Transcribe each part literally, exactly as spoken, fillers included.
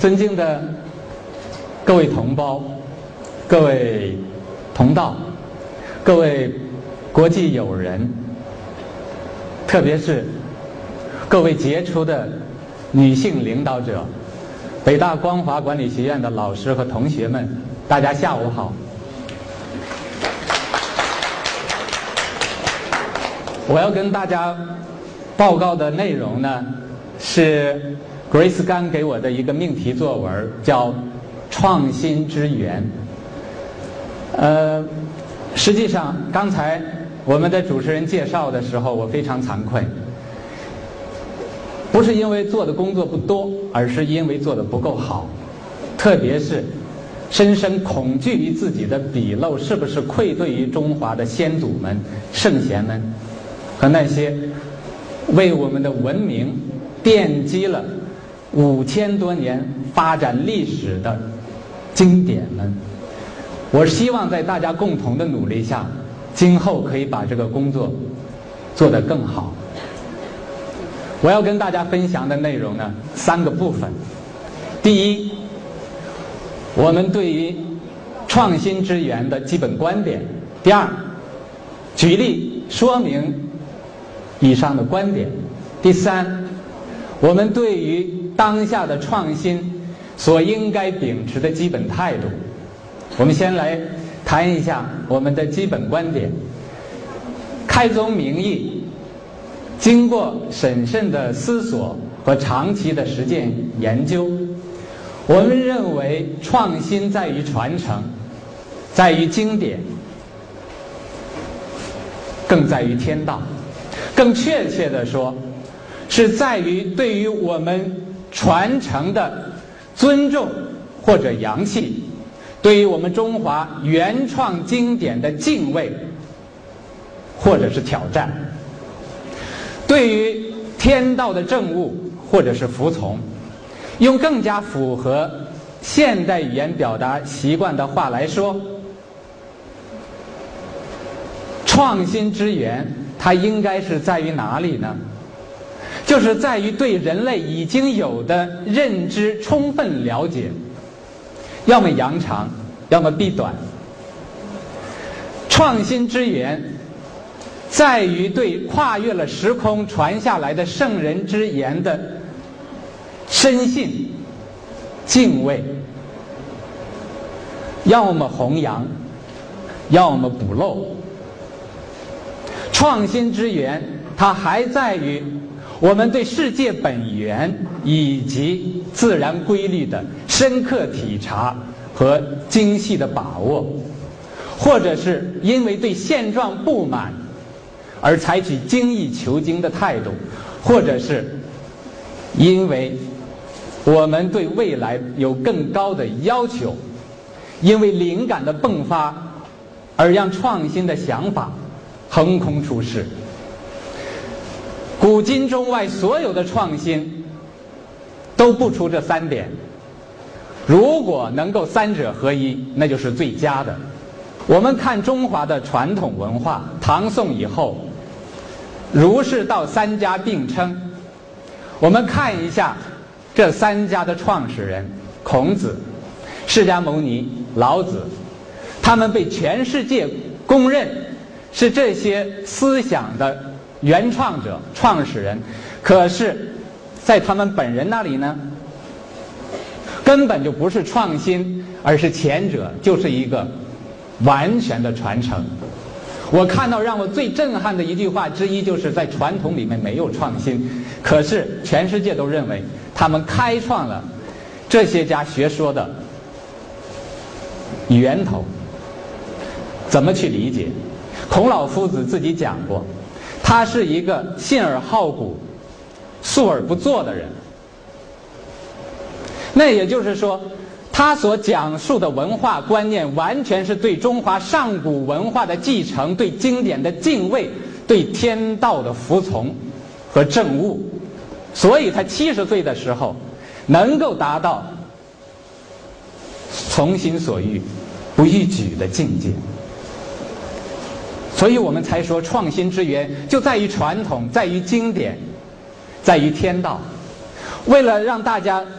尊敬的各位同胞、各位同道、各位国际友人，特别是各位杰出的女性领导者，北大光华管理学院的老师和同学们，大家下午好。我要跟大家报告的内容呢，是 Grace 刚给我的一个命题作文，叫“创新之源”。呃，实际上刚才我们的主持人介绍的时候，我非常惭愧，不是因为做的工作不多，而是因为做的不够好，特别是深深恐惧于自己的纰漏是不是愧对于中华的先祖们、圣贤们和那些为我们的文明奠基了五千多年发展历史的经典们。我希望在大家共同的努力下，今后可以把这个工作做得更好。我要跟大家分享的内容呢，三个部分。第一，我们对于创新之源的基本观点。第二，举例说明以上的观点。第三，我们对于当下的创新所应该秉持的基本态度。我们先来谈一下我们的基本观点。开宗明义，经过审慎的思索和长期的实践研究，我们认为创新在于传承，在于经典，更在于天道。更确切地说，是在于对于我们传承的尊重或者扬弃，对于我们中华原创经典的敬畏或者是挑战，对于天道的政务或者是服从。用更加符合现代语言表达习惯的话来说，创新之源它应该是在于哪里呢？就是在于对人类已经有的认知充分了解，要么扬长，要么避短。创新之源在于对跨越了时空传下来的圣人之言的深信、敬畏，要么弘扬，要么补漏。创新之源它还在于我们对世界本源以及自然规律的深刻体察和精细的把握，或者是因为对现状不满而采取精益求精的态度，或者是因为我们对未来有更高的要求，因为灵感的迸发而让创新的想法横空出世。古今中外所有的创新都不出这三点，如果能够三者合一，那就是最佳的。我们看中华的传统文化，唐宋以后儒释道三家并称，我们看一下这三家的创始人孔子、释迦牟尼、老子，他们被全世界公认是这些思想的原创者、创始人，可是在他们本人那里呢，根本就不是创新，而是前者就是一个完全的传承。我看到让我最震撼的一句话之一，就是在传统里面没有创新，可是全世界都认为他们开创了这些家学说的源头。怎么去理解？孔老夫子自己讲过，他是一个信而好古、述而不作的人。那也就是说，他所讲述的文化观念完全是对中华上古文化的继承，对经典的敬畏，对天道的服从和政务。所以他七十岁的时候能够达到从心所欲不逾矩的境界。所以我们才说创新之源就在于传统，在于经典，在于天道。为了让大家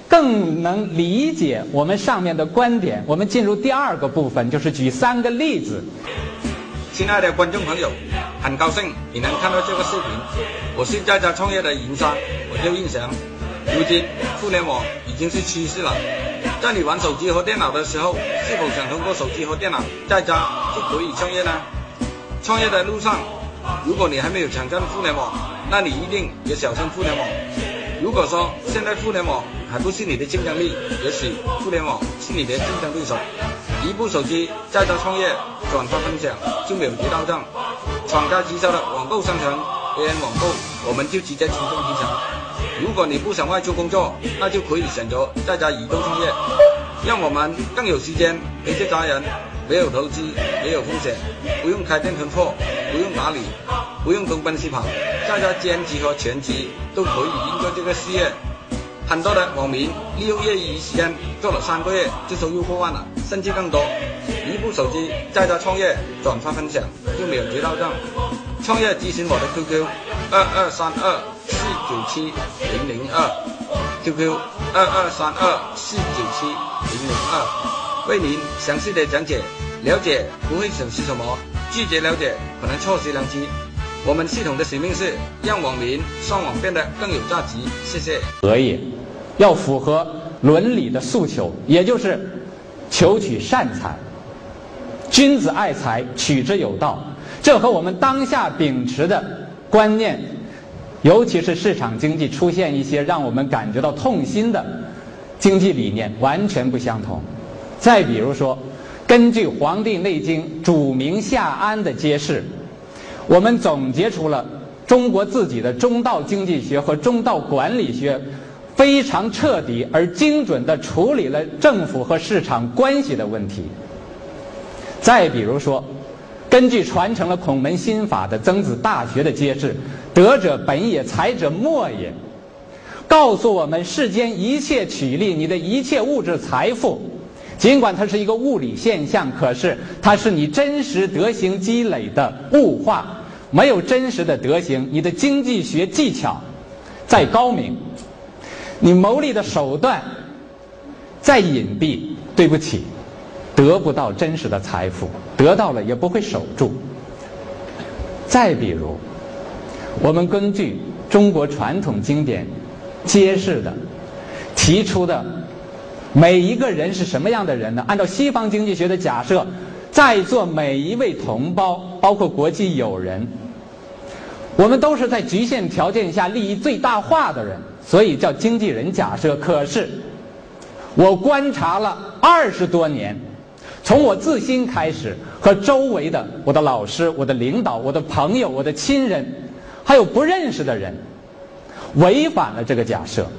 更能理解我们上面的观点。我们进入第二个部分，就是举三个例子。 亲爱的观众朋友，很高兴你能看到这个视频。我是在家创业的营商，我叫印翔。如今互联网已经是趋势了，在你玩手机和电脑的时候，是否想通过手机和电脑在家就可以创业呢？创业的路上，如果你还没有抢占互联网，那你一定也小心互联网。如果说现在互联网还不是你的竞争力，也许互联网是你的竞争对手。一部手机在家创业，转发分享就没有结到账。厂家直销的网购商城 A N 网购，我们就直接出动提成。如果你不想外出工作，那就可以选择在家移动创业，让我们更有时间陪着家人。没有投资，没有风险，不用开店囤货，不用打理，不用东奔西跑，在家兼职和全职都可以应对这个事业。很多的网民利用业余时间做了三个月就收入过万了，甚至更多。一部手机在家创业，转发分享就没有结到账。创业咨询我的 Q Q 二二三二四九七零零二 Q Q 二二三二四九七零零二，为您详细的讲解。了解不会损失什么，拒绝了解可能错失良机。我们系统的使命是让网民上网变得更有价值。谢谢。 所以要符合伦理的诉求，也就是求取善财。君子爱财，取之有道。这和我们当下秉持的观念，尤其是市场经济出现一些让我们感觉到痛心的经济理念完全不相同。再比如说，根据《黄帝内经》主明下安的揭示，我们总结出了中国自己的中道经济学和中道管理学，非常彻底而精准地处理了政府和市场关系的问题。再比如说，根据传承了孔门心法的曾子大学的揭示，德者本也，才者末也，告诉我们世间一切取利，你的一切物质财富，尽管它是一个物理现象，可是它是你真实德行积累的物化。没有真实的德行，你的经济学技巧再高明，你谋利的手段再隐蔽，对不起，得不到真实的财富，得到了也不会守住。再比如，我们根据中国传统经典揭示的提出的每一个人是什么样的人呢？按照西方经济学的假设，在座每一位同胞，包括国际友人，我们都是在局限条件下利益最大化的人，所以叫经纪人假设。可是我观察了二十多年，从我自心开始，和周围的我的老师、我的领导、我的朋友、我的亲人，还有不认识的人，违反了这个假设。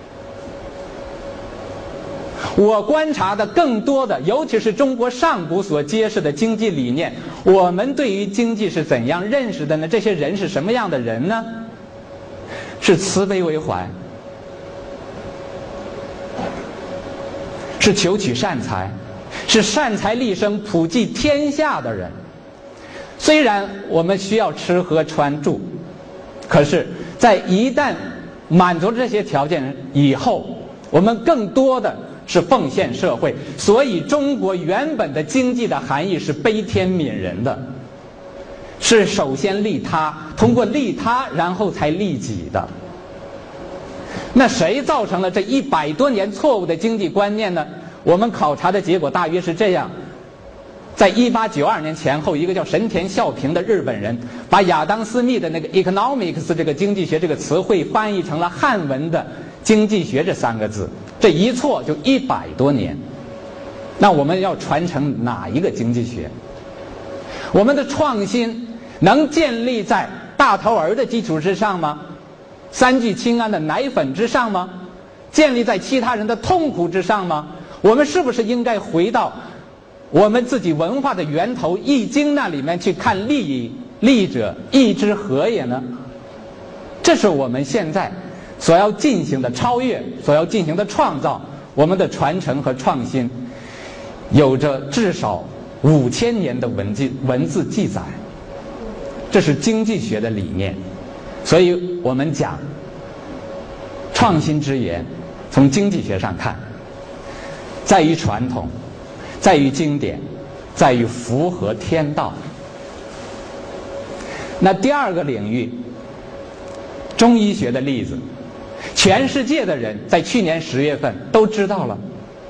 我观察的更多的，尤其是中国上古所揭示的经济理念，我们对于经济是怎样认识的呢？这些人是什么样的人呢？是慈悲为怀，是求取善财，是善财利生、普济天下的人。虽然我们需要吃喝穿住，可是在一旦满足这些条件以后，我们更多的是奉献社会。所以中国原本的经济的含义是悲天悯人的，是首先利他，通过利他然后才利己的。那谁造成了这一百多年错误的经济观念呢？我们考察的结果大约是这样：在一八九二年前后，一个叫神田孝平的日本人把亚当斯密的那个 economics 这个经济学这个词汇翻译成了汉文的经济学这三个字，这一错就一百多年。那我们要传承哪一个经济学？我们的创新能建立在大头儿的基础之上吗？三聚氰胺的奶粉之上吗？建立在其他人的痛苦之上吗？我们是不是应该回到我们自己文化的源头《易经》那里面去看利益，利者义之和也呢？这是我们现在所要进行的超越，所要进行的创造。我们的传承和创新有着至少五千年的文字文字记载，这是经济学的理念。所以我们讲创新之源， 从经济学上看，在于传统，在于经典，在于符合天道。那第二个领域，中医学的例子，全世界的人在去年十月份都知道了。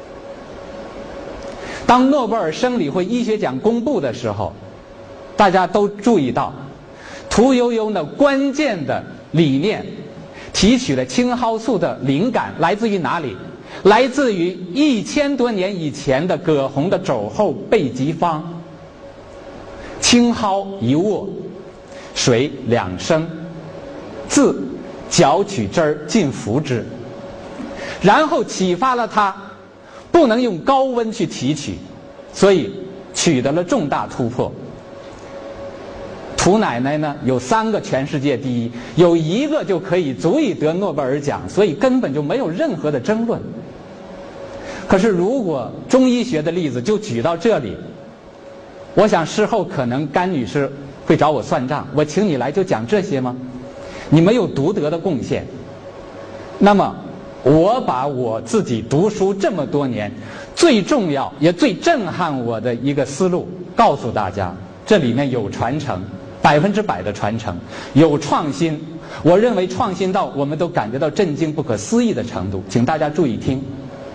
当诺贝尔生理会医学奖公布的时候，大家都注意到，屠呦呦的关键的理念，提取了青蒿素的灵感来自于哪里？来自于一千多年以前的葛洪的肘后备急方。青蒿一握，水两升，自绞取汁儿进服之，然后启发了他不能用高温去提取，所以取得了重大突破。涂奶奶呢有三个全世界第一，有一个就可以足以得诺贝尔奖，所以根本就没有任何的争论。可是如果中医学的例子就举到这里，我想事后可能甘女士会找我算账，我请你来就讲这些吗？你没有独得的贡献。那么我把我自己读书这么多年最重要也最震撼我的一个思路告诉大家，这里面有传承，百分之百的传承，有创新，我认为创新到我们都感觉到震惊不可思议的程度。请大家注意听，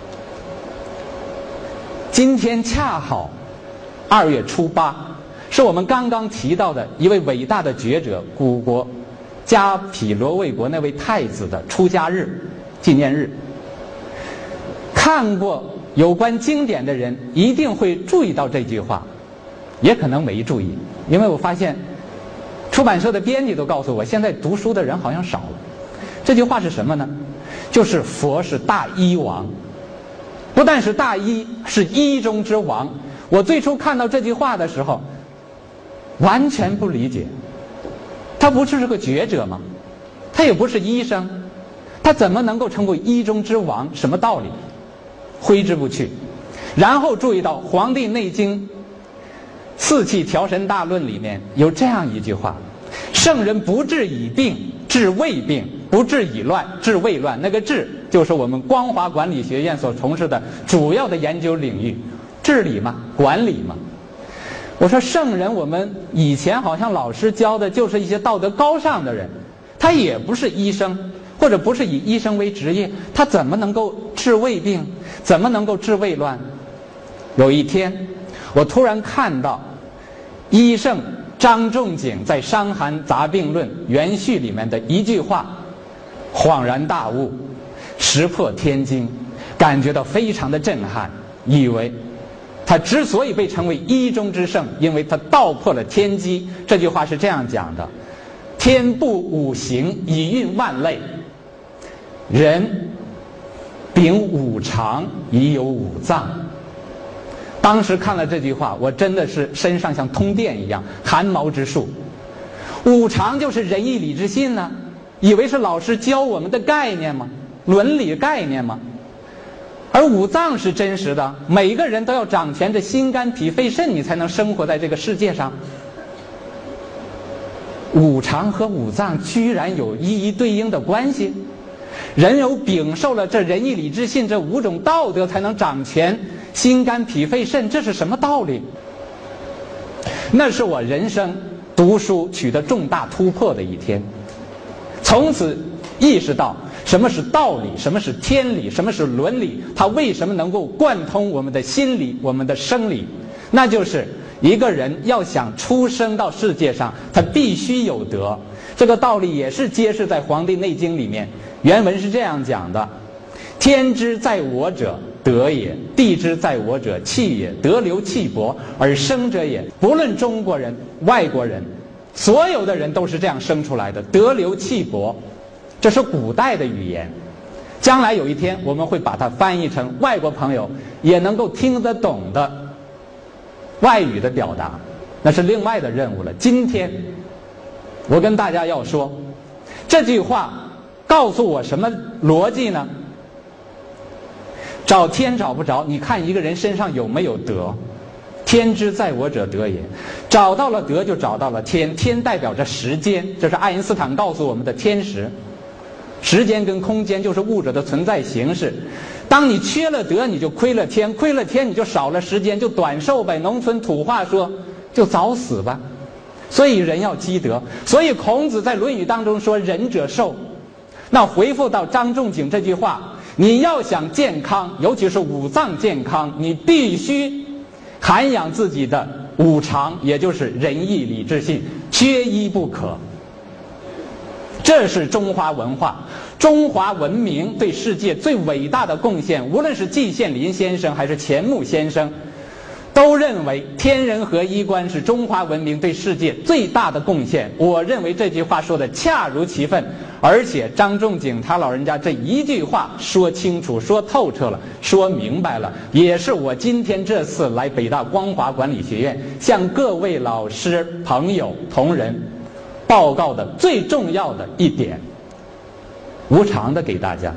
今天恰好二月初八，是我们刚刚提到的一位伟大的觉者古国加匹罗卫国那位太子的出家日纪念日。看过有关经典的人一定会注意到这句话，也可能没注意，因为我发现出版社的编辑都告诉我，现在读书的人好像少了。这句话是什么呢？就是佛是大医王，不但是大医，是医中之王。我最初看到这句话的时候完全不理解，他不是个觉者吗？他也不是医生，他怎么能够成为医中之王？什么道理？挥之不去。然后注意到《黄帝内经·四气调神大论》里面有这样一句话：圣人不治已病，治未病；不治已乱，治未乱。那个治就是我们光华管理学院所从事的主要的研究领域，治理嘛，管理嘛。我说圣人，我们以前好像老师教的就是一些道德高尚的人，他也不是医生，或者不是以医生为职业，他怎么能够治未病？怎么能够治未乱？有一天我突然看到医圣张仲景在《伤寒杂病论》原序里面的一句话，恍然大悟，识破天经，感觉到非常的震撼，以为他之所以被称为医中之圣，因为他道破了天机。这句话是这样讲的：天布五行，以运万类，人秉五常，以有五脏。当时看了这句话，我真的是身上像通电一样，汗毛直竖。五常就是仁义礼智信呢、啊，以为是老师教我们的概念吗？伦理概念吗？而五脏是真实的，每一个人都要掌权着心肝脾肺肾，你才能生活在这个世界上。五常和五脏居然有一一对应的关系，人有禀受了这仁义礼智信这五种道德，才能掌权心肝脾肺肾，这是什么道理？那是我人生读书取得重大突破的一天，从此意识到什么是道理，什么是天理，什么是伦理，它为什么能够贯通我们的心理，我们的生理？那就是一个人要想出生到世界上，他必须有德。这个道理也是揭示在《黄帝内经》里面，原文是这样讲的：天之在我者，德也；地之在我者，气也。德流气薄而生者也。不论中国人、外国人，所有的人都是这样生出来的，德流气薄。这是古代的语言，将来有一天我们会把它翻译成外国朋友也能够听得懂的外语的表达，那是另外的任务了。今天我跟大家要说，这句话告诉我什么逻辑呢？找天找不着，你看一个人身上有没有德？天之在我者，德也。找到了德，就找到了天。天代表着时间，这是爱因斯坦告诉我们的天时。 时间跟空间就是物质的存在形式。当你缺了德，你就亏了天，亏了天你就少了时间，就短寿呗。农村土话说，就早死吧。所以人要积德。所以孔子在《论语》当中说仁者寿。那回复到张仲景这句话，你要想健康，尤其是五脏健康，你必须涵养自己的五常，也就是仁义礼智信，缺一不可。这是中华文化、中华文明对世界最伟大的贡献。无论是季羡林先生还是钱穆先生，都认为天人合一观是中华文明对世界最大的贡献。我认为这句话说的恰如其分，而且张仲景他老人家这一句话说清楚、说透彻了、说明白了，也是我今天这次来北大光华管理学院向各位老师、朋友、同仁报告的最重要的一点，无偿的给大家。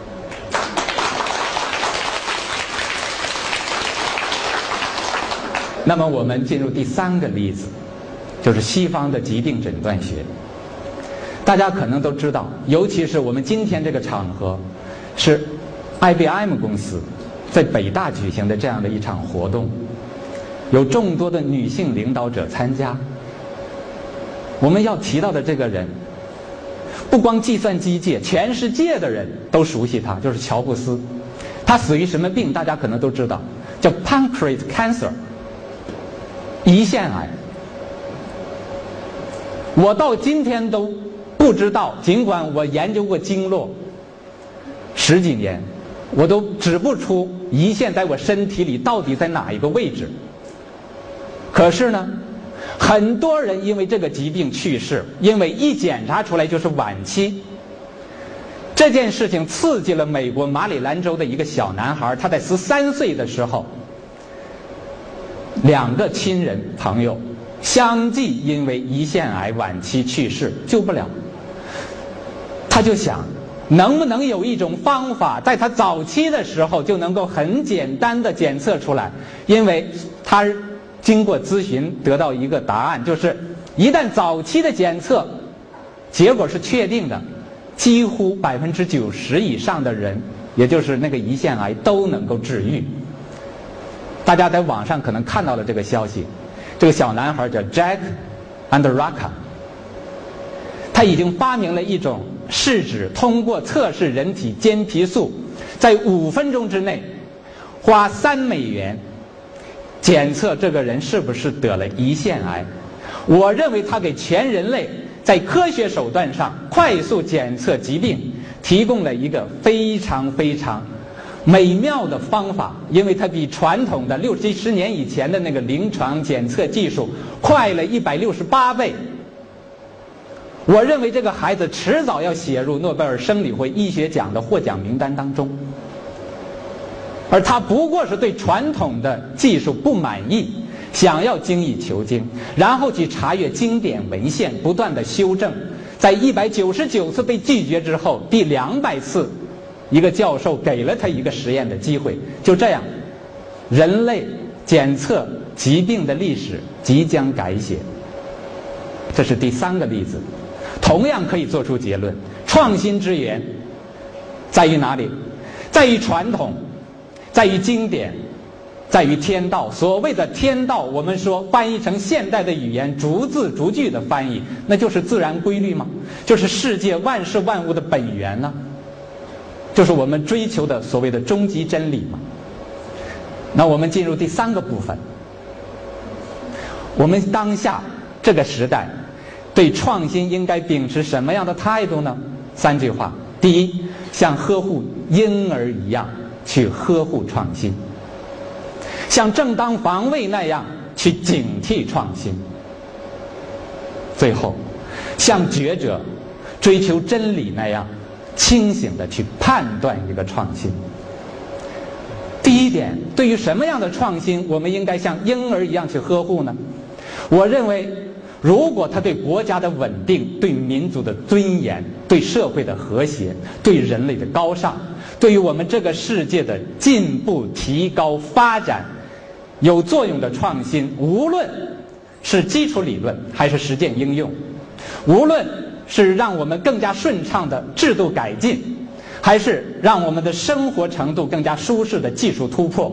那么我们进入第三个例子，就是西方的疾病诊断学。大家可能都知道，尤其是我们今天这个场合，是 I B M 公司在北大举行的这样的一场活动，有众多的女性领导者参加。我们要提到的这个人，不光计算机界，全世界的人都熟悉他，就是乔布斯。他死于什么病？大家可能都知道，叫 pancreas cancer。胰腺癌，我到今天都不知道，尽管我研究过经络十几年，我都指不出胰腺在我身体里到底在哪一个位置。可是呢，很多人因为这个疾病去世，因为一检查出来就是晚期。这件事情刺激了美国马里兰州的一个小男孩，他在十三岁的时候，两个亲人朋友相继因为胰腺癌晚期去世，救不了。他就想，能不能有一种方法，在他早期的时候就能够很简单的检测出来？因为他经过咨询得到一个答案，就是一旦早期的检测结果是确定的，几乎百分之九十以上的人，也就是那个胰腺癌都能够治愈。大家在网上可能看到了这个消息，这个小男孩叫 Jack Andaraka， 他已经发明了一种试纸，通过测试人体间皮素，在五分钟之内花三美元检测这个人是不是得了胰腺癌。我认为他给全人类在科学手段上快速检测疾病提供了一个非常非常美妙的方法，因为它比传统的六七十年以前的那个临床检测技术快了一百六十八倍。我认为这个孩子迟早要写入诺贝尔生理会医学奖的获奖名单当中，而他不过是对传统的技术不满意，想要精益求精，然后去查阅经典文献，不断的修正。在一百九十九次被拒绝之后，第两百次一个教授给了他一个实验的机会。就这样，人类检测疾病的历史即将改写。这是第三个例子，同样可以做出结论：创新之源在于哪里？在于传统，在于经典，在于天道。所谓的天道，我们说翻译成现代的语言，逐字逐句的翻译，那就是自然规律吗？就是世界万事万物的本源呢？就是我们追求的所谓的终极真理嘛。那我们进入第三个部分，我们当下这个时代对创新应该秉持什么样的态度呢？三句话：第一，像呵护婴儿一样去呵护创新，像正当防卫那样去警惕创新，最后像觉者追求真理那样清醒地去判断一个创新。第一点，对于什么样的创新我们应该像婴儿一样去呵护呢？我认为，如果它对国家的稳定、对民族的尊严、对社会的和谐、对人类的高尚、对于我们这个世界的进步、提高、发展有作用的创新，无论是基础理论还是实践应用，无论是让我们更加顺畅的制度改进，还是让我们的生活程度更加舒适的技术突破，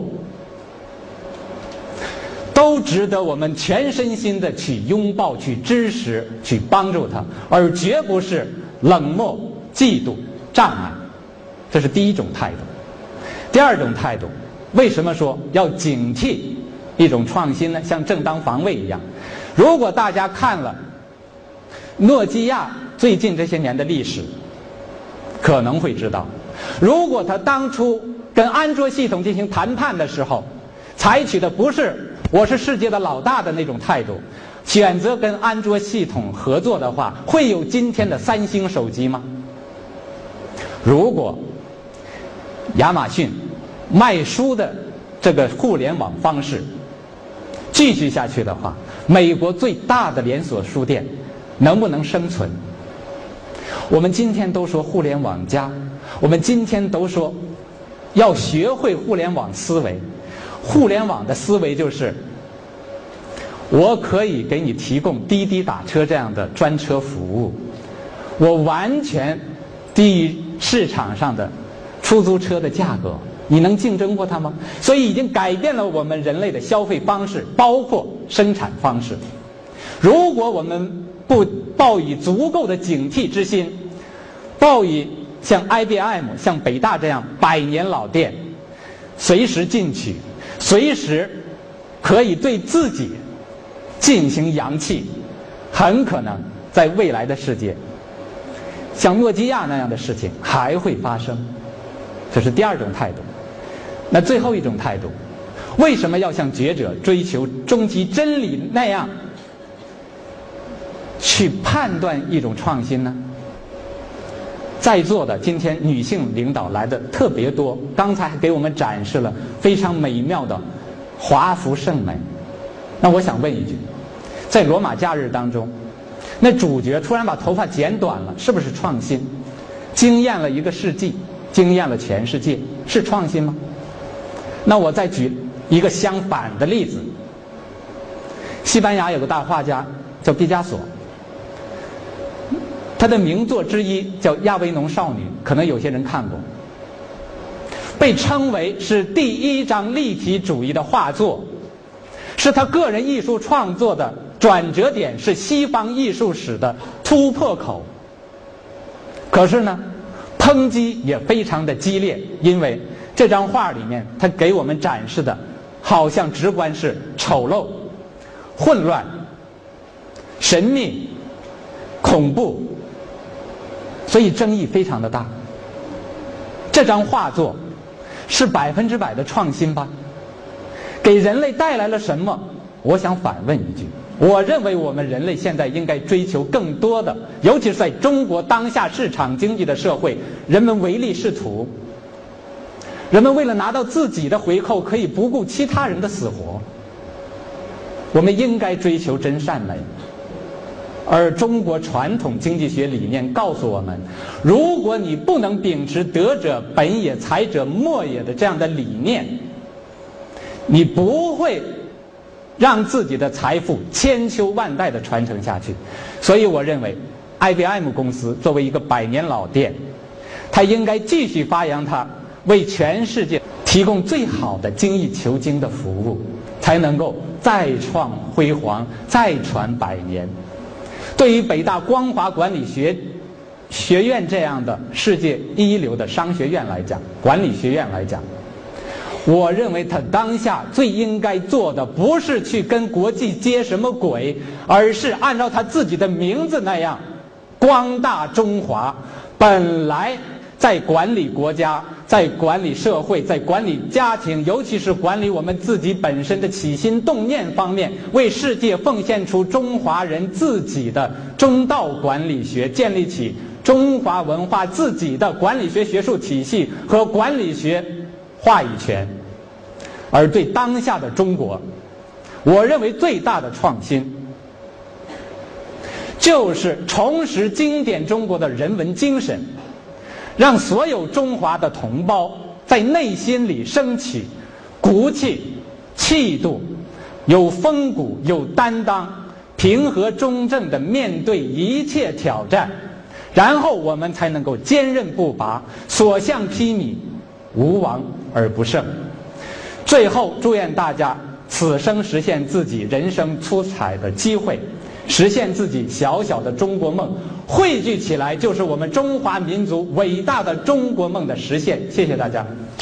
都值得我们全身心的去拥抱、去支持、去帮助它，而绝不是冷漠、嫉妒、障碍。这是第一种态度。第二种态度，为什么说要警惕一种创新呢？像正当防卫一样。如果大家看了诺基亚最近这些年的历史，可能会知道，如果他当初跟安卓系统进行谈判的时候，采取的不是我是世界的老大的那种态度，选择跟安卓系统合作的话，会有今天的三星手机吗？如果亚马逊卖书的这个互联网方式继续下去的话，美国最大的连锁书店能不能生存？我们今天都说互联网加，我们今天都说要学会互联网思维。互联网的思维就是我可以给你提供滴滴打车这样的专车服务，我完全低于市场上的出租车的价格，你能竞争过它吗？所以已经改变了我们人类的消费方式，包括生产方式。如果我们不抱以足够的警惕之心，抱以像 I B M、像北大这样百年老店，随时进取，随时可以对自己进行扬弃，很可能在未来的世界，像诺基亚那样的事情还会发生。这是第二种态度。那最后一种态度，为什么要像觉者追求终极真理那样去判断一种创新呢？在座的今天女性领导来的特别多，刚才还给我们展示了非常美妙的华服盛美。那我想问一句，在罗马假日当中，那主角突然把头发剪短了，是不是创新？惊艳了一个世纪，惊艳了全世界，是创新吗？那我再举一个相反的例子。西班牙有个大画家叫毕加索，他的名作之一叫《亚维农少女》，可能有些人看过，被称为是第一张立体主义的画作，是他个人艺术创作的转折点，是西方艺术史的突破口。可是呢，抨击也非常的激烈，因为这张画里面他给我们展示的好像直观是丑陋、混乱、神秘、恐怖，所以争议非常的大。这张画作是百分之百的创新吧？给人类带来了什么？我想反问一句，我认为我们人类现在应该追求更多的，尤其是在中国当下市场经济的社会，人们唯利是图，人们为了拿到自己的回扣，可以不顾其他人的死活。我们应该追求真善美。而中国传统经济学理念告诉我们，如果你不能秉持德者本也财者莫也的这样的理念，你不会让自己的财富千秋万代的传承下去。所以我认为 I B M 公司作为一个百年老店，它应该继续发扬它为全世界提供最好的精益求精的服务，才能够再创辉煌，再传百年。对于北大光华管理学学院这样的世界一流的商学院来讲，管理学院来讲，我认为他当下最应该做的不是去跟国际接什么轨，而是按照他自己的名字那样光大中华。本来在管理国家，在管理社会，在管理家庭，尤其是管理我们自己本身的起心动念方面，为世界奉献出中华人自己的中道管理学，建立起中华文化自己的管理学学术体系和管理学话语权。而对当下的中国，我认为最大的创新就是重拾经典中国的人文精神，让所有中华的同胞在内心里升起骨气、气度，有风骨、有担当、 平和中正地面对一切挑战，然后我们才能够坚韧不拔，所向披靡，无往而不胜。最后，祝愿大家此生实现自己人生出彩的机会，实现自己小小的中国梦，汇聚起来就是我们中华民族伟大的中国梦的实现。谢谢大家。